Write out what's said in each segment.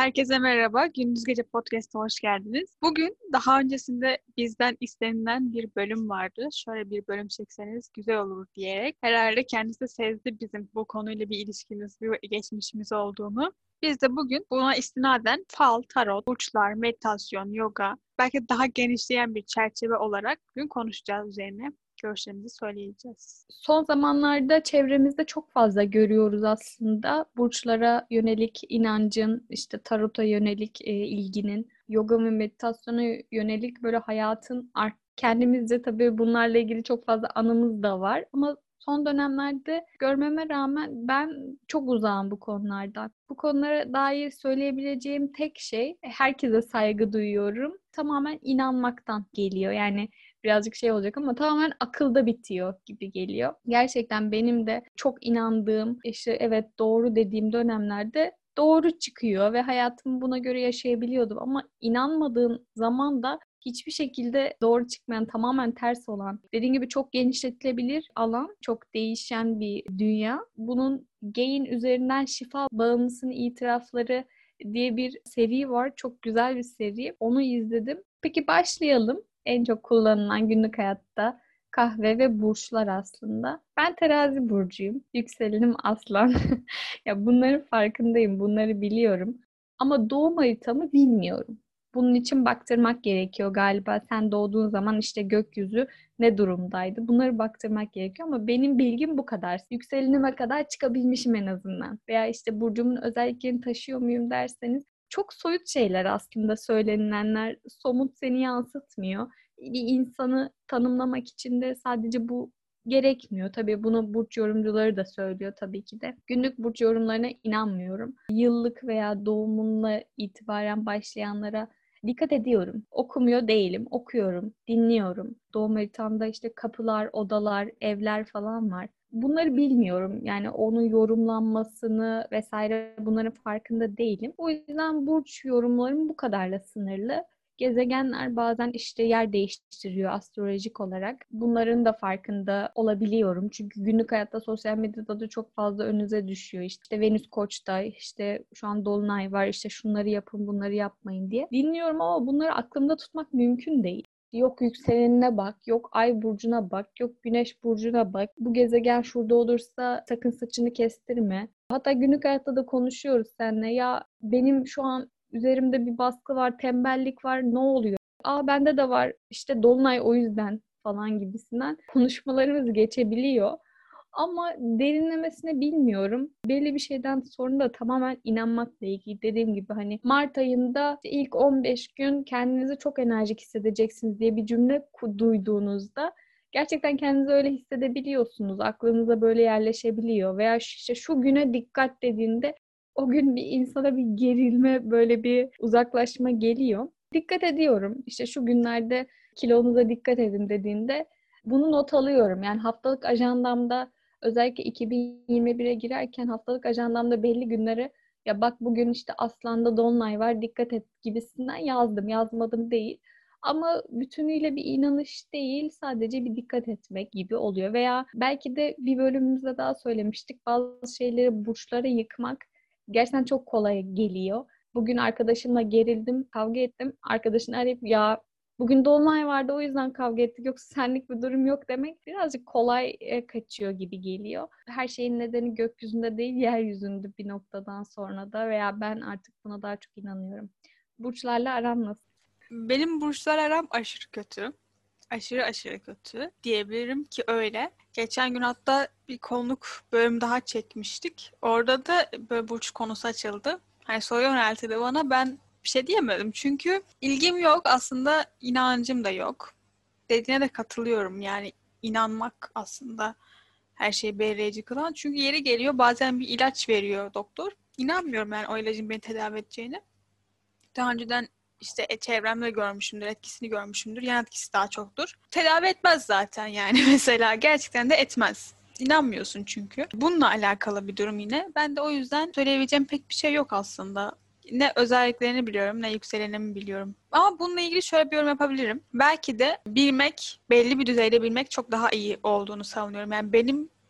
Herkese merhaba. Gündüz Gece Podcast'a hoş geldiniz. Bugün daha öncesinde bizden istenilen bir bölüm vardı. Şöyle bir bölüm çekseniz güzel olur diyerek. Herhalde kendisi de sezdi bizim bu konuyla bir ilişkimiz, bir geçmişimiz olduğunu. Biz de bugün buna istinaden fal, tarot, burçlar, meditasyon, yoga, belki daha genişleyen bir çerçeve olarak bugün konuşacağız üzerine. Görüşlerimizi söyleyeceğiz. Son zamanlarda çevremizde çok fazla görüyoruz aslında. Burçlara yönelik inancın, işte tarota yönelik ilginin, yoga ve meditasyona yönelik böyle hayatın kendimizce tabii bunlarla ilgili çok fazla anımız da var. Ama son dönemlerde görmeme rağmen ben çok uzağım bu konulardan. Bu konulara dair söyleyebileceğim tek şey, herkese saygı duyuyorum. Tamamen inanmaktan geliyor. Yani birazcık şey olacak ama tamamen akılda bitiyor gibi geliyor. Gerçekten benim de çok inandığım, işte evet doğru dediğim dönemlerde doğru çıkıyor ve hayatımı buna göre yaşayabiliyordum. Ama inanmadığım zaman da hiçbir şekilde doğru çıkmayan, tamamen ters olan, dediğim gibi çok genişletilebilir alan, çok değişen bir dünya. Bunun Gain üzerinden şifa bağımlısının itirafları diye bir seri var. Çok güzel bir seri. Onu izledim. Peki başlayalım. En çok kullanılan günlük hayatta kahve ve burçlar aslında. Ben terazi burcuyum. Yükselenim aslan. Ya bunların farkındayım. Bunları biliyorum. Ama doğum haritamı bilmiyorum. Bunun için baktırmak gerekiyor galiba. Sen doğduğun zaman işte gökyüzü ne durumdaydı? Bunları baktırmak gerekiyor ama benim bilgim bu kadar. Yükselenime kadar çıkabilmişim en azından. Veya işte burcumun özelliklerini taşıyor muyum derseniz çok soyut şeyler aslında söylenilenler. Somut seni yansıtmıyor. Bir insanı tanımlamak için de sadece bu gerekmiyor. Tabii bunu burç yorumcuları da söylüyor tabii ki de. Günlük burç yorumlarına inanmıyorum. Yıllık veya doğumunla itibaren başlayanlara dikkat ediyorum. Okumuyor değilim. Okuyorum, dinliyorum. Doğum haritamda işte kapılar, odalar, evler falan var. Bunları bilmiyorum. Yani onun yorumlanmasını vesaire bunların farkında değilim. O yüzden burç yorumlarım bu kadarla sınırlı. Gezegenler bazen işte yer değiştiriyor astrolojik olarak. Bunların da farkında olabiliyorum. Çünkü günlük hayatta sosyal medyada da çok fazla önünüze düşüyor. İşte Venüs Koç'ta, işte şu an Dolunay var, işte şunları yapın, bunları yapmayın diye. Dinliyorum ama bunları aklımda tutmak mümkün değil. Yok yükselenine bak, yok ay burcuna bak, yok güneş burcuna bak. Bu gezegen şurada olursa sakın saçını kestirme. Hatta günlük hayatta da konuşuyoruz seninle. Ya benim şu an üzerimde bir baskı var, tembellik var, ne oluyor? Aa bende de var, işte dolunay o yüzden falan gibisinden konuşmalarımız geçebiliyor. Ama derinlemesine bilmiyorum. Belli bir şeyden sonra da tamamen inanmakla ilgili. Dediğim gibi hani Mart ayında işte ilk 15 gün kendinizi çok enerjik hissedeceksiniz diye bir cümle duyduğunuzda gerçekten kendinizi öyle hissedebiliyorsunuz. Aklınıza böyle yerleşebiliyor. Veya işte şu güne dikkat dediğinde o gün bir insana bir gerilme, böyle bir uzaklaşma geliyor. Dikkat ediyorum. İşte şu günlerde kilonuza dikkat edin dediğinde bunu not alıyorum. Yani haftalık ajandamda özellikle 2021'e girerken haftalık ajandamda belli günleri ya bak bugün işte Aslan'da dolunay var dikkat et gibisinden yazdım. Yazmadım değil. Ama bütünüyle bir inanış değil, sadece bir dikkat etmek gibi oluyor. Veya belki de bir bölümümüzde daha söylemiştik. Bazı şeyleri burçlara yıkmak gerçekten çok kolay geliyor. Bugün arkadaşımla gerildim, kavga ettim. Arkadaşını arayıp ya bugün dolunay vardı o yüzden kavga ettik yoksa senlik bir durum yok demek birazcık kolay kaçıyor gibi geliyor. Her şeyin nedeni gökyüzünde değil yeryüzünde bir noktadan sonra da veya ben artık buna daha çok inanıyorum. Burçlarla aran nasıl? Benim burçlar aram aşırı kötü. Aşırı aşırı kötü diyebilirim ki öyle. Geçen gün hatta bir konuk bölüm daha çekmiştik. Orada da böyle burç konusu açıldı. Hani soru yöneltildi bana. Ben bir şey diyemedim. Çünkü ilgim yok. Aslında inancım da yok. Dediğine de katılıyorum. Yani inanmak aslında her şeyi belirleyici kılan. Çünkü yeri geliyor bazen bir ilaç veriyor doktor. İnanmıyorum yani o ilacın beni tedavi edeceğine. Daha önceden işte çevremde görmüşümdür, etkisini görmüşümdür. Yan etkisi daha çoktur. Tedavi etmez zaten yani mesela. Gerçekten de etmez. İnanmıyorsun çünkü. Bununla alakalı bir durum yine. Ben de o yüzden söyleyebileceğim pek bir şey yok aslında. Ne özelliklerini biliyorum, ne yükselenimi biliyorum. Ama bununla ilgili şöyle bir yorum yapabilirim. Belki de bilmek, belli bir düzeyde bilmek çok daha iyi olduğunu savunuyorum. Yani benim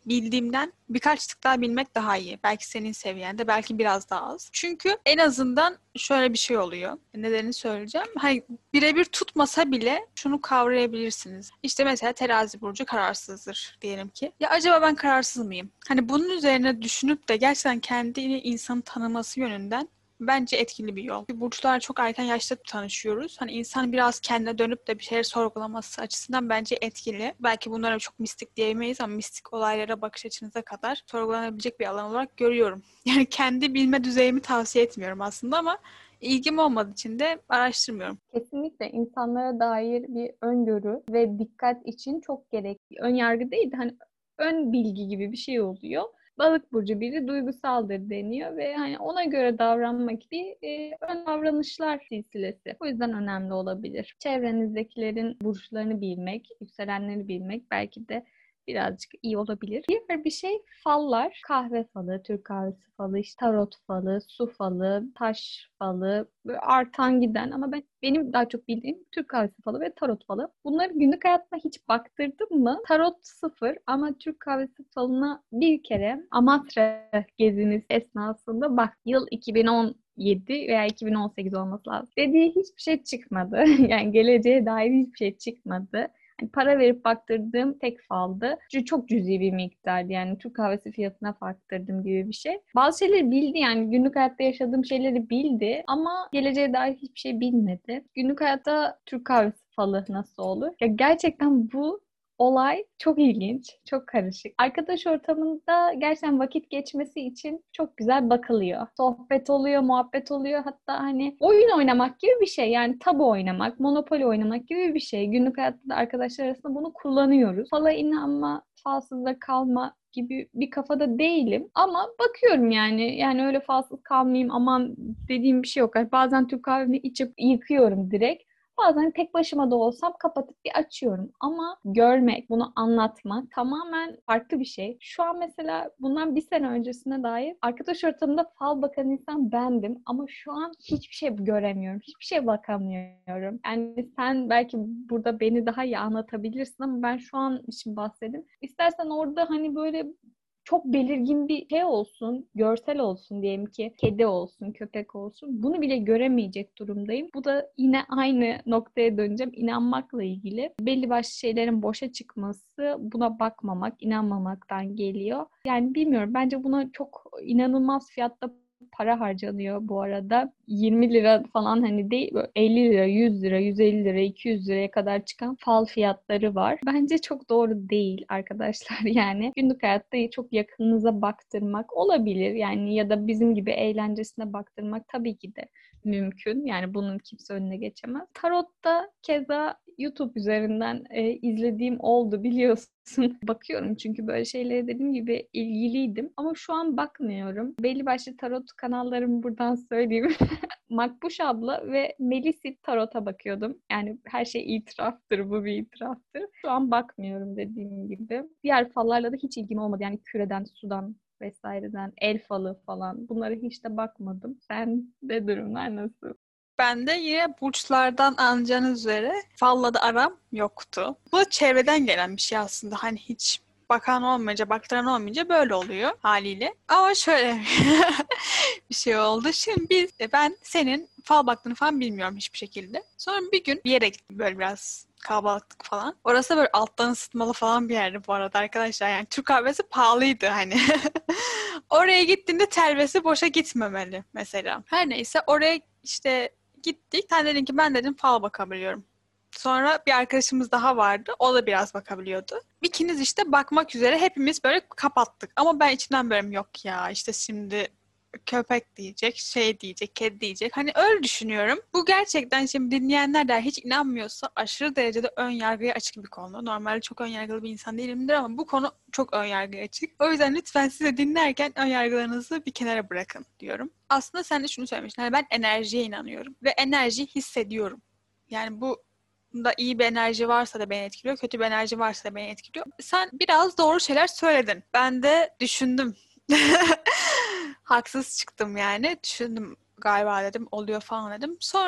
bildiğimden birkaç tık daha bilmek daha iyi. Belki senin seviyende, belki biraz daha az. Çünkü en azından şöyle bir şey oluyor. Nedenini söyleyeceğim. Hani birebir tutmasa bile şunu kavrayabilirsiniz. İşte mesela terazi burcu kararsızdır diyelim ki. Ya acaba ben kararsız mıyım? Hani bunun üzerine düşünüp de gerçekten kendini insanı tanıması yönünden bence etkili bir yol. Burçlar çok erken yaşta tanışıyoruz. Hani insan biraz kendine dönüp de bir şeyleri sorgulaması açısından bence etkili. Belki bunlara çok mistik diyemeyiz ama mistik olaylara bakış açınıza kadar sorgulanabilecek bir alan olarak görüyorum. Yani kendi bilme düzeyimi tavsiye etmiyorum aslında ama ilgim olmadığı için de araştırmıyorum. Kesinlikle insanlara dair bir öngörü ve dikkat için çok gerekli. Ön yargı değil de hani ön bilgi gibi bir şey oluyor. Balık burcu biri duygusaldır deniyor ve hani ona göre davranmak bir ön davranışlar silsilesi. O yüzden önemli olabilir. Çevrenizdekilerin burçlarını bilmek, yükselenleri bilmek belki de birazcık iyi olabilir. Diğer bir şey fallar. Kahve falı, Türk kahvesi falı, işte tarot falı, su falı, taş falı, böyle artan giden ama benim daha çok bildiğim Türk kahvesi falı ve tarot falı. Bunları günlük hayatıma hiç baktırdım mı? Tarot sıfır ama Türk kahvesi falına bir kere Amasra gezimiz esnasında bak yıl 2017 veya 2018 olması lazım. Dediği hiçbir şey çıkmadı. Yani geleceğe dair hiçbir şey çıkmadı. Yani para verip baktırdığım tek faldı. Çünkü çok cüzi bir miktardı. Yani Türk kahvesi fiyatına baktırdım gibi bir şey. Bazı şeyleri bildi yani günlük hayatta yaşadığım şeyleri bildi ama geleceğe dair hiçbir şey bilmedi. Günlük hayatta Türk kahvesi falı nasıl olur? Ya gerçekten bu olay çok ilginç, çok karışık. Arkadaş ortamında gerçekten vakit geçmesi için çok güzel bakılıyor. Sohbet oluyor, muhabbet oluyor. Hatta hani oyun oynamak gibi bir şey. Yani tabu oynamak, Monopoly oynamak gibi bir şey. Günlük hayatta da arkadaşlar arasında bunu kullanıyoruz. Fala inanma, falsızda kalma gibi bir kafada değilim. Ama bakıyorum yani. Yani öyle falsız kalmayayım aman dediğim bir şey yok. Yani bazen Türk kahvemi içip yıkıyorum direkt. Bazen tek başıma da olsam kapatıp bir açıyorum. Ama görmek, bunu anlatmak tamamen farklı bir şey. Şu an mesela bundan bir sene öncesine dair arkadaş ortamında fal bakan insan bendim. Ama şu an hiçbir şey göremiyorum. Hiçbir şey bakamıyorum. Yani sen belki burada beni daha iyi anlatabilirsin ama ben şu an için bahsedeyim. İstersen orada hani böyle çok belirgin bir şey olsun, görsel olsun diyelim ki kedi olsun, köpek olsun. Bunu bile göremeyecek durumdayım. Bu da yine aynı noktaya döneceğim. İnanmakla ilgili. Belli başlı şeylerin boşa çıkması, buna bakmamak, inanmamaktan geliyor. Yani bilmiyorum. Bence buna çok inanılmaz fiyatta para harcanıyor bu arada. 20 lira falan hani değil, böyle 50 lira, 100 lira, 150 lira, 200 liraya kadar çıkan fal fiyatları var. Bence çok doğru değil arkadaşlar yani. Günlük hayatta çok yakınınıza baktırmak olabilir yani ya da bizim gibi eğlencesine baktırmak tabii ki de mümkün. Yani bunun kimse önüne geçemez. Tarot'ta keza YouTube üzerinden izlediğim oldu biliyorsun. Bakıyorum çünkü böyle şeylere dediğim gibi ilgiliydim. Ama şu an bakmıyorum. Belli başlı tarot kanallarımı buradan söyleyeyim. Makbuş abla ve Melisit Tarot'a bakıyordum. Yani her şey itiraftır, bu bir itiraftır. Şu an bakmıyorum dediğim gibi. Diğer fallarla da hiç ilgim olmadı. Yani küreden, sudan vesaireden, el falı falan. Bunlara hiç de bakmadım. Sen de durumlar nasıl? Ben de yine burçlardan anlayacağınız üzere falla da aram yoktu. Bu çevreden gelen bir şey aslında. Hani hiç bakan olmayınca, baktıran olmayınca böyle oluyor haliyle. Ama şöyle bir şey oldu. Şimdi ben senin fal baktığını falan bilmiyorum hiçbir şekilde. Sonra bir gün bir yere gittim böyle biraz kahvaltılık falan. Orası böyle alttan ısıtmalı falan bir yerdi bu arada arkadaşlar. Yani Türk kahvesi pahalıydı hani. Oraya gittiğinde telvesi boşa gitmemeli mesela. Her neyse oraya işte gittik. Sen dedin ki ben dedim fal bakabiliyorum. Sonra bir arkadaşımız daha vardı. O da biraz bakabiliyordu. İkiniz işte bakmak üzere hepimiz böyle kapattık. Ama ben içimden böyle yok ya işte şimdi köpek diyecek, şey diyecek, kedi diyecek. Hani öyle düşünüyorum. Bu gerçekten şimdi dinleyenler de hiç inanmıyorsa aşırı derecede ön yargıya açık bir konu. Normalde çok ön yargılı bir insan değilimdir ama bu konu çok ön yargıya açık. O yüzden lütfen size dinlerken ön yargılarınızı bir kenara bırakın diyorum. Aslında sen de şunu söylemiştin. Hani ben enerjiye inanıyorum ve enerjiyi hissediyorum. Yani bu da iyi bir enerji varsa da beni etkiliyor, kötü bir enerji varsa da beni etkiliyor. Sen biraz doğru şeyler söyledin. Ben de düşündüm. Haksız çıktım yani. Düşündüm galiba dedim. Oluyor falan dedim. Sonra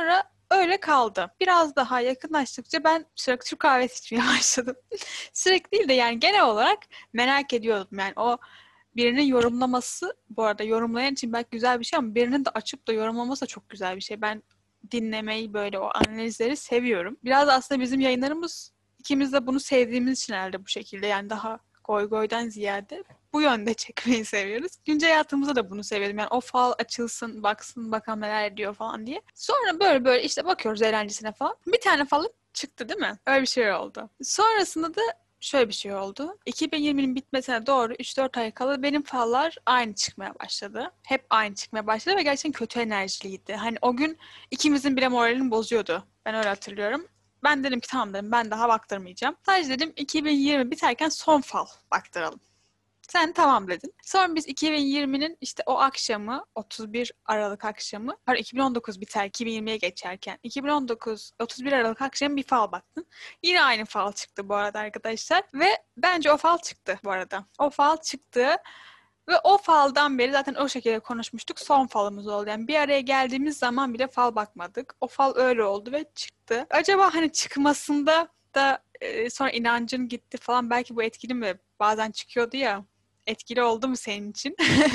Öyle kaldı. Biraz daha yakınlaştıkça ben sürekli Türk kahvesi içmeye başladım. Sürekli değil de yani genel olarak merak ediyordum. Yani o birinin yorumlaması, bu arada yorumlayan için belki güzel bir şey ama birinin de açıp da yorumlaması da çok güzel bir şey. Ben dinlemeyi, böyle o analizleri seviyorum. Biraz da aslında bizim yayınlarımız, ikimiz de bunu sevdiğimiz için herhalde bu şekilde, yani daha goy goydan ziyade bu yönde çekmeyi seviyoruz. Güncel hayatımızda da bunu seviyorum. Yani o fal açılsın, baksın, bakalım neler ediyor falan diye. Sonra böyle işte bakıyoruz eğlencesine falan. Bir tane falı çıktı değil mi? Öyle bir şey oldu. Sonrasında da şöyle bir şey oldu. 2020'nin bitmesine doğru 3-4 ay kala benim fallar aynı çıkmaya başladı. Hep aynı çıkmaya başladı ve gerçekten kötü enerjiliydi. Hani o gün ikimizin bile moralini bozuyordu. Ben öyle hatırlıyorum. Ben dedim ki tamam dedim, ben daha baktırmayacağım. Sadece dedim 2020 biterken son fal baktıralım. Sen tamam dedin. Sonra biz 2020'nin işte o akşamı, 31 Aralık akşamı, pardon 2019 biter 2020'ye geçerken 2019 31 Aralık akşamı bir fal baktın. Yine aynı fal çıktı bu arada arkadaşlar ve bence o fal çıktı bu arada. O fal çıktı ve o faldan beri zaten o şekilde konuşmuştuk. Son falımız oldu. Yani bir araya geldiğimiz zaman bile fal bakmadık. O fal öyle oldu ve çıktı. Acaba hani çıkmasında da sonra inancın gitti falan, belki bu etkili mi? Bazen çıkıyordu ya. Etkili oldu mu senin için?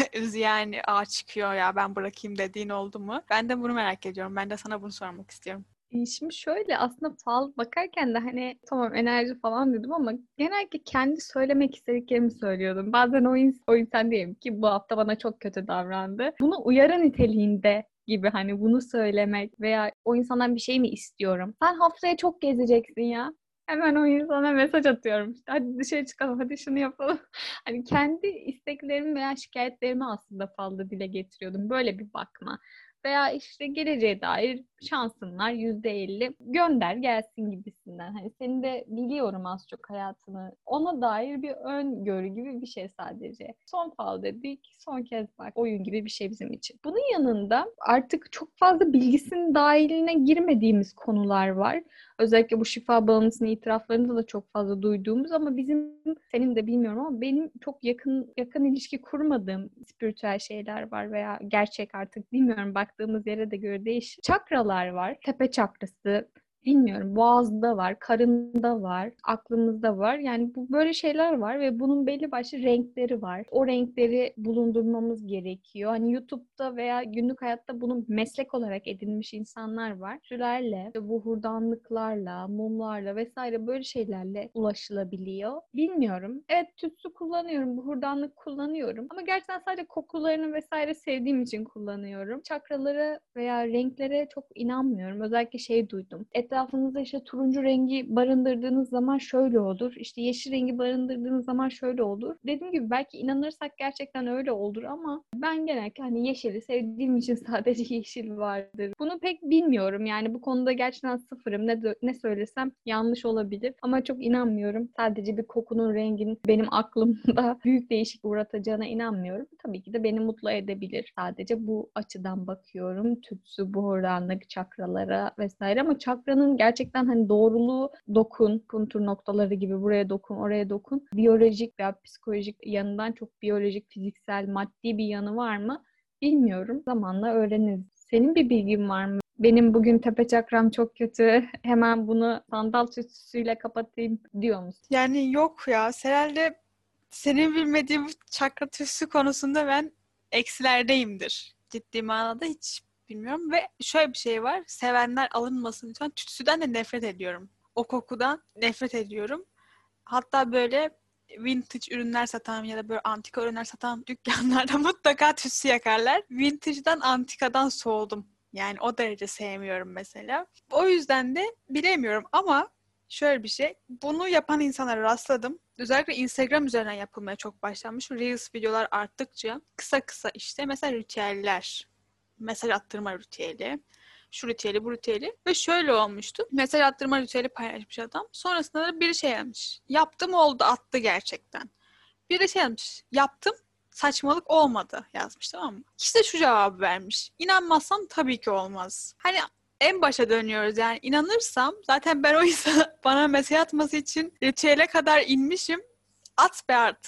Yani çıkıyor ya, ben bırakayım dediğin oldu mu? Ben de bunu merak ediyorum. Ben de sana bunu sormak istiyorum. Şimdi şöyle aslında fal bakarken de hani tamam enerji falan dedim ama genellikle kendi söylemek istediklerimi söylüyordum. Bazen o insan diyelim ki bu hafta bana çok kötü davrandı. Bunu uyarı niteliğinde gibi hani bunu söylemek veya o insandan bir şey mi istiyorum? Sen haftaya çok gezeceksin ya. Hemen o insana mesaj atıyorum. İşte hadi dışarı çıkalım, hadi şunu yapalım. Hani kendi isteklerimi veya şikayetlerimi aslında falda dile getiriyordum. Böyle bir bakma. Veya işte geleceğe dair şansın var %50 gönder gelsin gibisinden. Hani seni de biliyorum az çok hayatını. Ona dair bir öngörü gibi bir şey sadece. Son fal dedik, son kez bak oyun gibi bir şey bizim için. Bunun yanında artık çok fazla bilgisinin dahiline girmediğimiz konular var. Özellikle bu şifa bağımlısının itiraflarında da çok fazla duyduğumuz ama bizim senin de bilmiyorum ama benim çok yakın ilişki kurmadığım spiritüel şeyler var veya gerçek artık bilmiyorum baktığımız yere de göre değişir. Çakralar var. Tepe çakrası, bilmiyorum boğazda var, karında var, aklımızda var. Yani bu böyle şeyler var ve bunun belli başlı renkleri var. O renkleri bulundurmamız gerekiyor. Hani YouTube'da veya günlük hayatta bunu meslek olarak edinmiş insanlar var. Sülerle, işte bu hurdanlıklarla, mumlarla vesaire böyle şeylerle ulaşılabiliyor. Bilmiyorum. Evet tütsü kullanıyorum, bu hurdanlık kullanıyorum. Ama gerçekten sadece kokularını vesaire sevdiğim için kullanıyorum. Çakralara veya renklere çok inanmıyorum. Özellikle şey duydum. Etrafınızda işte turuncu rengi barındırdığınız zaman şöyle olur. İşte yeşil rengi barındırdığınız zaman şöyle olur. Dediğim gibi belki inanırsak gerçekten öyle olur ama ben genellikle hani yeşili sevdiğim için sadece yeşil vardır. Bunu pek bilmiyorum. Yani bu konuda gerçekten sıfırım. Ne söylesem yanlış olabilir. Ama çok inanmıyorum. Sadece bir kokunun renginin benim aklımda büyük değişik uğratacağına inanmıyorum. Tabii ki de beni mutlu edebilir. Sadece bu açıdan bakıyorum. Tütsü, buhurdanlık, çakralara vesaire ama çakranın gerçekten hani doğruluğu dokun, puntur noktaları gibi buraya dokun, oraya dokun. Biyolojik veya psikolojik yanından çok biyolojik, fiziksel, maddi bir yanı var mı? Bilmiyorum. Zamanla öğreniriz. Senin bir bilgin var mı? Benim bugün tepe çakram çok kötü. Hemen bunu sandal tütsüsüyle kapatayım diyor musun? Yani yok ya. Herhalde senin bilmediğin bu çakra tütsü konusunda ben eksilerdeyimdir. Ciddi manada hiç bilmiyorum. Ve şöyle bir şey var. Sevenler alınmasın lütfen. Tütsüden de nefret ediyorum. O kokudan nefret ediyorum. Hatta böyle vintage ürünler satan ya da böyle antika ürünler satan dükkanlarda mutlaka tütsü yakarlar. Vintage'dan, antikadan soğudum. Yani o derece sevmiyorum mesela. O yüzden de bilemiyorum ama şöyle bir şey. Bunu yapan insanlara rastladım. Özellikle Instagram üzerinden yapılmaya çok başlanmış. Reels videolar arttıkça kısa kısa işte mesela ritüeller. Mesaj attırma ritüeli. Şu ritüeli, bu ritüeli. Ve şöyle olmuştu. Mesaj attırma ritüeli paylaşmış adam. Sonrasında da bir şey yazmış. Yaptım oldu, attı gerçekten. Bir de şey yazmış. Yaptım, saçmalık olmadı yazmış, tamam mı? İşte şu cevabı vermiş. İnanmazsam tabii ki olmaz. Hani en başa dönüyoruz yani, inanırsam zaten ben o insana bana mesaj atması için ritüele kadar inmişim. At be artık.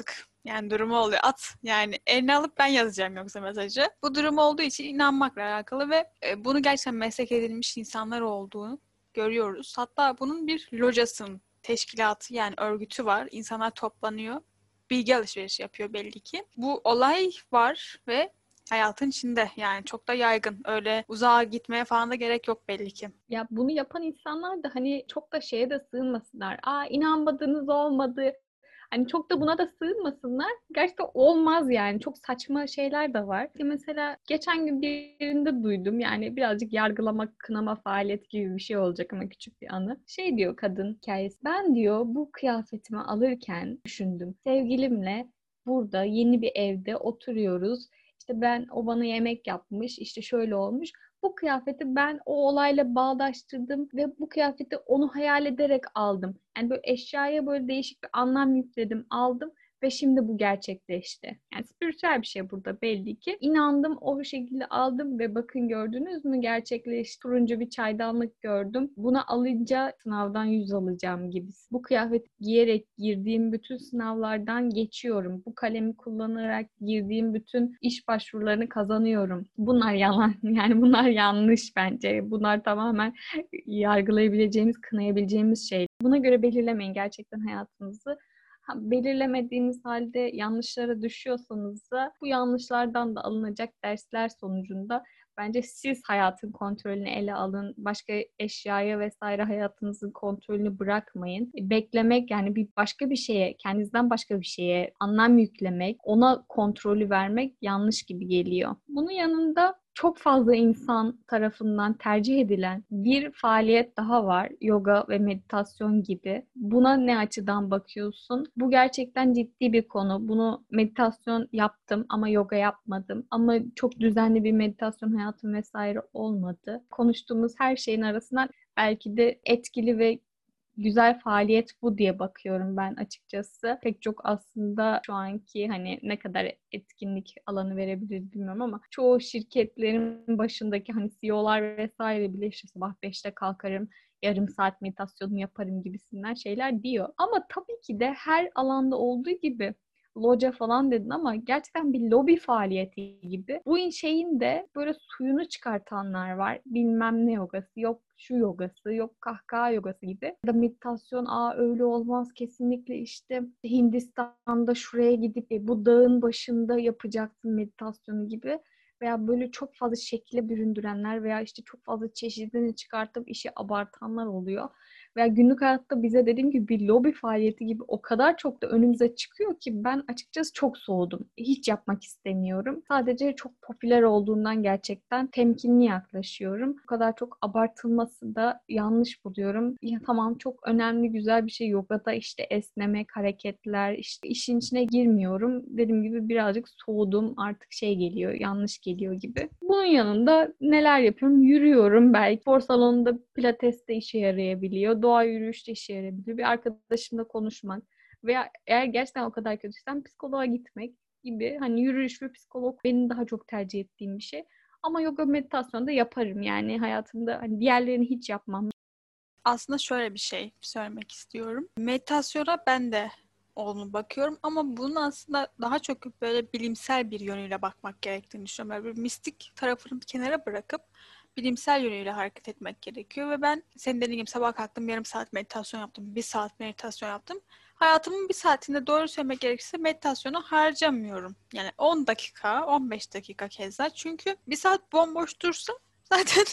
Yani durumu oluyor. At. Yani eline alıp ben yazacağım yoksa mesajı. Bu durum olduğu için inanmakla alakalı ve bunu gerçekten meslek edilmiş insanlar olduğunu görüyoruz. Hatta bunun bir locasının teşkilatı yani örgütü var. İnsanlar toplanıyor. Bilgi alışverişi yapıyor belli ki. Bu olay var ve hayatın içinde yani çok da yaygın. Öyle uzağa gitmeye falan da gerek yok belli ki. Ya bunu yapan insanlar da hani çok da şeye de sığınmasınlar. İnanmadığınız olmadı. Hani çok da buna da sığınmasınlar. Gerçekten olmaz yani. Çok saçma şeyler de var. Mesela geçen gün birinde duydum. Yani birazcık yargılama, kınama faaliyet gibi bir şey olacak ama küçük bir anı. Şey diyor kadın hikayesi. Ben diyor bu kıyafetimi alırken düşündüm. Sevgilimle burada yeni bir evde oturuyoruz. İşte o bana yemek yapmış. İşte şöyle olmuş. Bu kıyafeti ben o olayla bağdaştırdım ve bu kıyafeti onu hayal ederek aldım. Yani böyle eşyaya böyle değişik bir anlam yükledim, aldım ve şimdi bu gerçekleşti. Yani spiritüel bir şey burada belli ki. İnandım, o şekilde aldım ve bakın gördünüz mü gerçekleşti. Turuncu bir çaydanlık gördüm. Bunu alınca sınavdan 100 alacağım gibi. Bu kıyafeti giyerek girdiğim bütün sınavlardan geçiyorum. Bu kalemi kullanarak girdiğim bütün iş başvurularını kazanıyorum. Bunlar yalan. Yani bunlar yanlış bence. Bunlar tamamen yargılayabileceğimiz, kınayabileceğimiz şeyler. Buna göre belirlemeyin gerçekten hayatınızı. Belirlemediğiniz halde yanlışlara düşüyorsanız da bu yanlışlardan da alınacak dersler sonucunda bence siz hayatın kontrolünü ele alın. Başka eşyaya vesaire hayatınızın kontrolünü bırakmayın. Beklemek yani başka bir şeye, kendinizden başka bir şeye anlam yüklemek, ona kontrolü vermek yanlış gibi geliyor. Bunun yanında çok fazla insan tarafından tercih edilen bir faaliyet daha var. Yoga ve meditasyon gibi. Buna ne açıdan bakıyorsun? Bu gerçekten ciddi bir konu. Bunu meditasyon yaptım ama yoga yapmadım. Ama çok düzenli bir meditasyon hayatım vesaire olmadı. Konuştuğumuz her şeyin arasından belki de etkili ve güzel faaliyet bu diye bakıyorum ben açıkçası. Pek çok aslında şu anki hani ne kadar etkinlik alanı verebiliriz bilmiyorum ama çoğu şirketlerin başındaki hani CEO'lar vesaire bile işte sabah 5'te kalkarım, yarım saat meditasyonumu yaparım gibisinden şeyler diyor. Ama tabii ki de her alanda olduğu gibi loca falan dedin ama gerçekten bir lobi faaliyeti gibi. Bu şeyin de böyle suyunu çıkartanlar var. Bilmem ne yogası, yok şu yogası, yok kahkaha yogası gibi. Ya da meditasyon, öyle olmaz kesinlikle işte Hindistan'da şuraya gidip bu dağın başında yapacaksın meditasyonu gibi. Veya böyle çok fazla şekle büründürenler veya işte çok fazla çeşidini çıkartıp işi abartanlar oluyor. Veya günlük hayatta bize dediğim gibi bir lobi faaliyeti gibi o kadar çok da önümüze çıkıyor ki ben açıkçası çok soğudum. Hiç yapmak istemiyorum. Sadece çok popüler olduğundan gerçekten temkinli yaklaşıyorum. Bu kadar çok abartılması da yanlış buluyorum. Ya tamam çok önemli güzel bir şey yogada işte esnemek, hareketler işte işin içine girmiyorum. Dediğim gibi birazcık soğudum artık şey geliyor yanlış geliyor gibi. Bunun yanında neler yapıyorum? Yürüyorum belki. Spor salonunda pilates de işe yarayabiliyor. Doğa yürüyüş de işe yarayabiliyor. Bir arkadaşımla konuşmak veya eğer gerçekten o kadar kötüysen psikoloğa gitmek gibi hani yürüyüş ve psikolog benim daha çok tercih ettiğim bir şey. Ama yoga meditasyon da yaparım yani hayatımda hani diğerlerini hiç yapmam. Aslında şöyle bir şey söylemek istiyorum. Meditasyona ben de olumlu bakıyorum ama bunun aslında daha çok böyle bilimsel bir yönüyle bakmak gerektiğini düşünüyorum. Böyle bir mistik tarafını bir kenara bırakıp bilimsel yönüyle hareket etmek gerekiyor ve ben senin dediğin gibi sabah kalktım yarım saat meditasyon yaptım, bir saat meditasyon yaptım. Hayatımın bir saatinde doğru söylemek gerekirse meditasyonu harcamıyorum. Yani 10 dakika, 15 dakika keza. Çünkü bir saat bomboş dursa zaten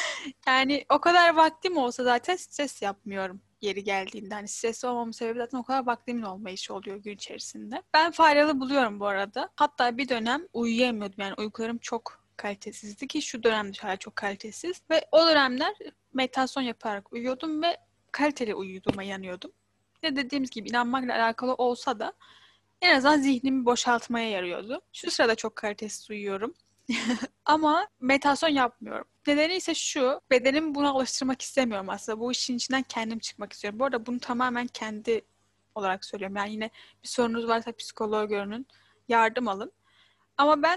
yani o kadar vaktim olsa zaten stres yapmıyorum yeri geldiğinde. Hani stresli olmamın sebebi zaten o kadar vaktimin olmayışı oluyor gün içerisinde. Ben faydalı buluyorum bu arada. Hatta bir dönem uyuyamıyordum. Yani uykularım çok kalitesizdi ki şu dönemde hala çok kalitesiz. Ve o dönemler meditasyon yaparak uyuyordum ve kaliteli uyuduğuma inanıyordum. Ne dediğimiz gibi inanmakla alakalı olsa da en azından zihnimi boşaltmaya yarıyordu. Şu sırada çok kalitesiz uyuyorum. Ama meditasyon yapmıyorum. Nedeni ise şu, bedenimi buna alıştırmak istemiyorum aslında. Bu işin içinden kendim çıkmak istiyorum. Bu arada bunu tamamen kendi olarak söylüyorum. Yani yine bir sorunuz varsa psikoloğa görünün, yardım alın. Ama ben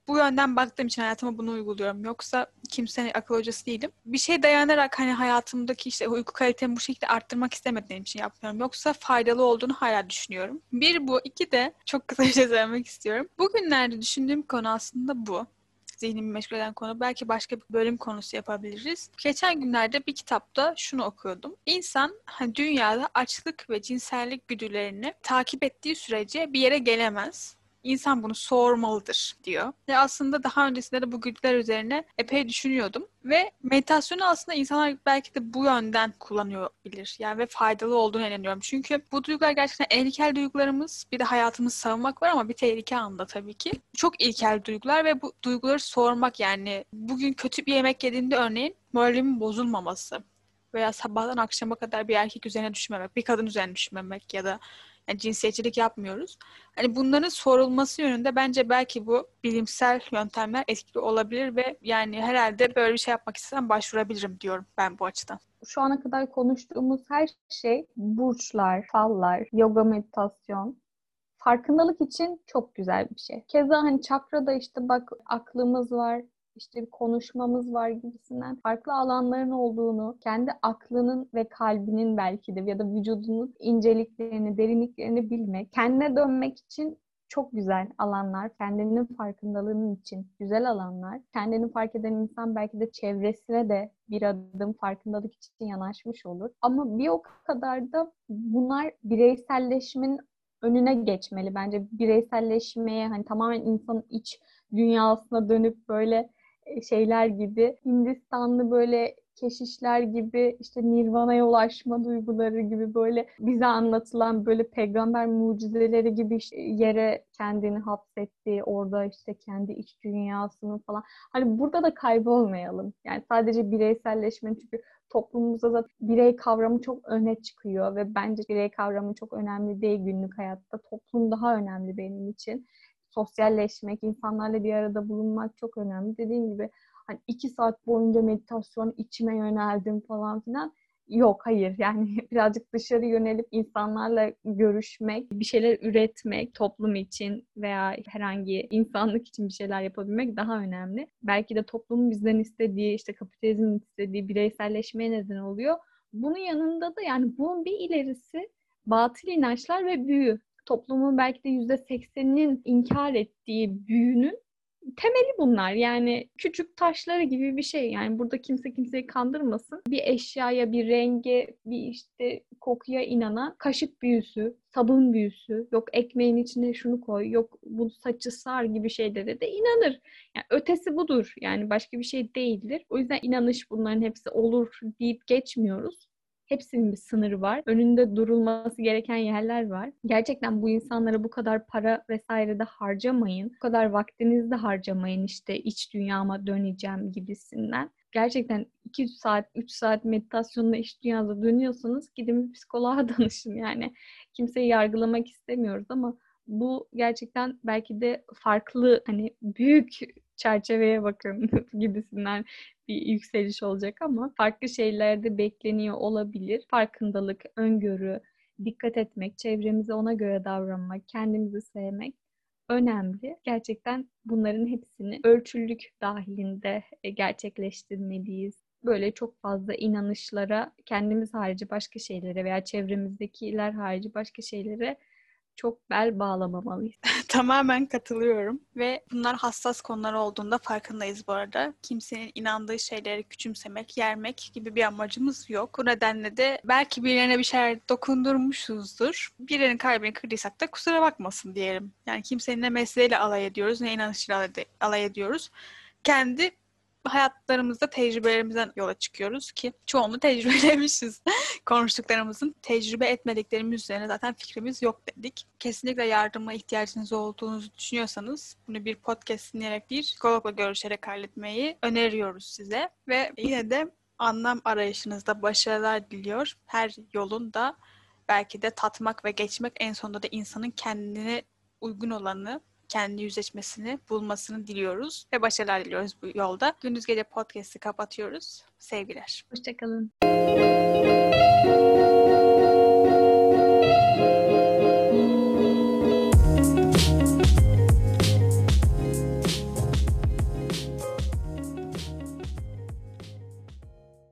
bu yönden baktığım için hayatıma bunu uyguluyorum. Yoksa kimsenin akıl hocası değilim. Bir şey dayanarak hani hayatımdaki işte uyku kalitemi bu şekilde arttırmak istemediğim için yapmıyorum. Yoksa faydalı olduğunu hala düşünüyorum. Bir bu, iki de çok kısa bir şey söylemek istiyorum. Bugünlerde düşündüğüm konu aslında bu. Zihnimi meşgul eden konu. Belki başka bir bölüm konusu yapabiliriz. Geçen günlerde bir kitapta şunu okuyordum. İnsan hani dünyada açlık ve cinsellik güdülerini takip ettiği sürece bir yere gelemez. İnsan bunu sormalıdır diyor. Ve aslında daha öncesinde de bu güdüler üzerine epey düşünüyordum. Ve meditasyonu aslında insanlar belki de bu yönden kullanıyor bilir. Yani ve faydalı olduğunu inanıyorum. Çünkü bu duygular gerçekten en ilkel duygularımız. Bir de hayatımızı savunmak var ama bir tehlike anında tabii ki. Çok ilkel duygular ve bu duyguları sormak, yani bugün kötü bir yemek yediğimde örneğin moralimin bozulmaması veya sabahtan akşama kadar bir erkek üzerine düşmemek, bir kadın üzerine düşmemek ya da yani cinsiyetçilik yapmıyoruz. Hani bunların sorulması yönünde bence belki bu bilimsel yöntemler etkili olabilir ve yani herhalde böyle bir şey yapmak istesem başvurabilirim diyorum ben bu açıdan. Şu ana kadar konuştuğumuz her şey burçlar, fallar, yoga, meditasyon, farkındalık için çok güzel bir şey. Keza hani çakrada işte bak aklımız var, işte bir konuşmamız var gibisinden farklı alanların olduğunu, kendi aklının ve kalbinin belki de ya da vücudunun inceliklerini, derinliklerini bilmek, kendine dönmek için çok güzel alanlar, kendinin farkındalığının için güzel alanlar. Kendini fark eden insan belki de çevresine de bir adım farkındalık için yanaşmış olur. Ama bir o kadar da bunlar bireyselleşmenin önüne geçmeli. Bence bireyselleşmeye hani tamamen insanın iç dünyasına dönüp böyle şeyler gibi Hindistanlı böyle keşişler gibi işte Nirvana'ya ulaşma duyguları gibi böyle bize anlatılan böyle peygamber mucizeleri gibi işte yere kendini hapsettiği orada işte kendi iç dünyasını falan. Hani burada da kaybolmayalım. Yani sadece bireyselleşmenin çünkü toplumumuzda da birey kavramı çok öne çıkıyor ve bence birey kavramı çok önemli değil günlük hayatta. Toplum daha önemli benim için. Sosyalleşmek, insanlarla bir arada bulunmak çok önemli. Dediğim gibi hani 2 saat boyunca meditasyon içime yöneldim falan filan. Yok, hayır. Yani birazcık dışarı yönelip insanlarla görüşmek, bir şeyler üretmek, toplum için veya herhangi insanlık için bir şeyler yapabilmek daha önemli. Belki de toplumun bizden istediği, işte kapitalizmin istediği bireyselleşmeye neden oluyor. Bunun yanında da yani bunun bir ilerisi batıl inançlar ve büyü. Toplumun belki de %80'inin inkar ettiği büyünün temeli bunlar. Yani küçük taşları gibi bir şey. Yani burada kimse kimseyi kandırmasın. Bir eşyaya, bir renge, bir işte kokuya inanan kaşık büyüsü, sabun büyüsü, yok ekmeğin içine şunu koy, yok bu saçı sar gibi şeylere de inanır. Yani ötesi budur. Yani başka bir şey değildir. O yüzden inanış bunların hepsi olur deyip geçmiyoruz. Hepsinin bir sınırı var. Önünde durulması gereken yerler var. Gerçekten bu insanlara bu kadar para vesaire de harcamayın. Bu kadar vaktinizi de harcamayın işte iç dünyama döneceğim gibisinden. Gerçekten 2 saat, 3 saat meditasyonla iç dünyada dönüyorsanız gidin bir psikoloğa danışın yani. Kimseyi yargılamak istemiyoruz ama bu gerçekten belki de farklı hani büyük çerçeveye bakın gibisinden bir yükseliş olacak ama farklı şeyler de bekleniyor olabilir. Farkındalık, öngörü, dikkat etmek, çevremize ona göre davranmak, kendimizi sevmek önemli. Gerçekten bunların hepsini ölçülük dahilinde gerçekleştirmeliyiz. Böyle çok fazla inanışlara, kendimiz harici başka şeylere veya çevremizdekiler harici başka şeylere çok bel bağlamamalıyız. Tamamen katılıyorum ve bunlar hassas konular olduğunda farkındayız bu arada. Kimsenin inandığı şeyleri küçümsemek, yermek gibi bir amacımız yok. Bu nedenle de belki birilerine bir şeyler dokundurmuşuzdur. Birilerinin kalbini kırdıysak da kusura bakmasın diyelim. Yani kimsenin ne mesleğiyle alay ediyoruz, ne inanışıyla alay ediyoruz. Kendi hayatlarımızda tecrübelerimizden yola çıkıyoruz ki çoğunu tecrübelemişiz. Konuştuklarımızın tecrübe etmediklerimiz üzerine zaten fikrimiz yok dedik. Kesinlikle yardıma ihtiyacınız olduğunuzu düşünüyorsanız bunu bir podcast dinleyerek değil, psikologla görüşerek halletmeyi öneriyoruz size. Ve yine de anlam arayışınızda başarılar diliyor. Her yolun da belki de tatmak ve geçmek en sonunda da insanın kendine uygun olanı kendi yüzleşmesini bulmasını diliyoruz ve başarılar diliyoruz bu yolda. Gündüz Gece Podcast'ı kapatıyoruz. Sevgiler. Hoşçakalın.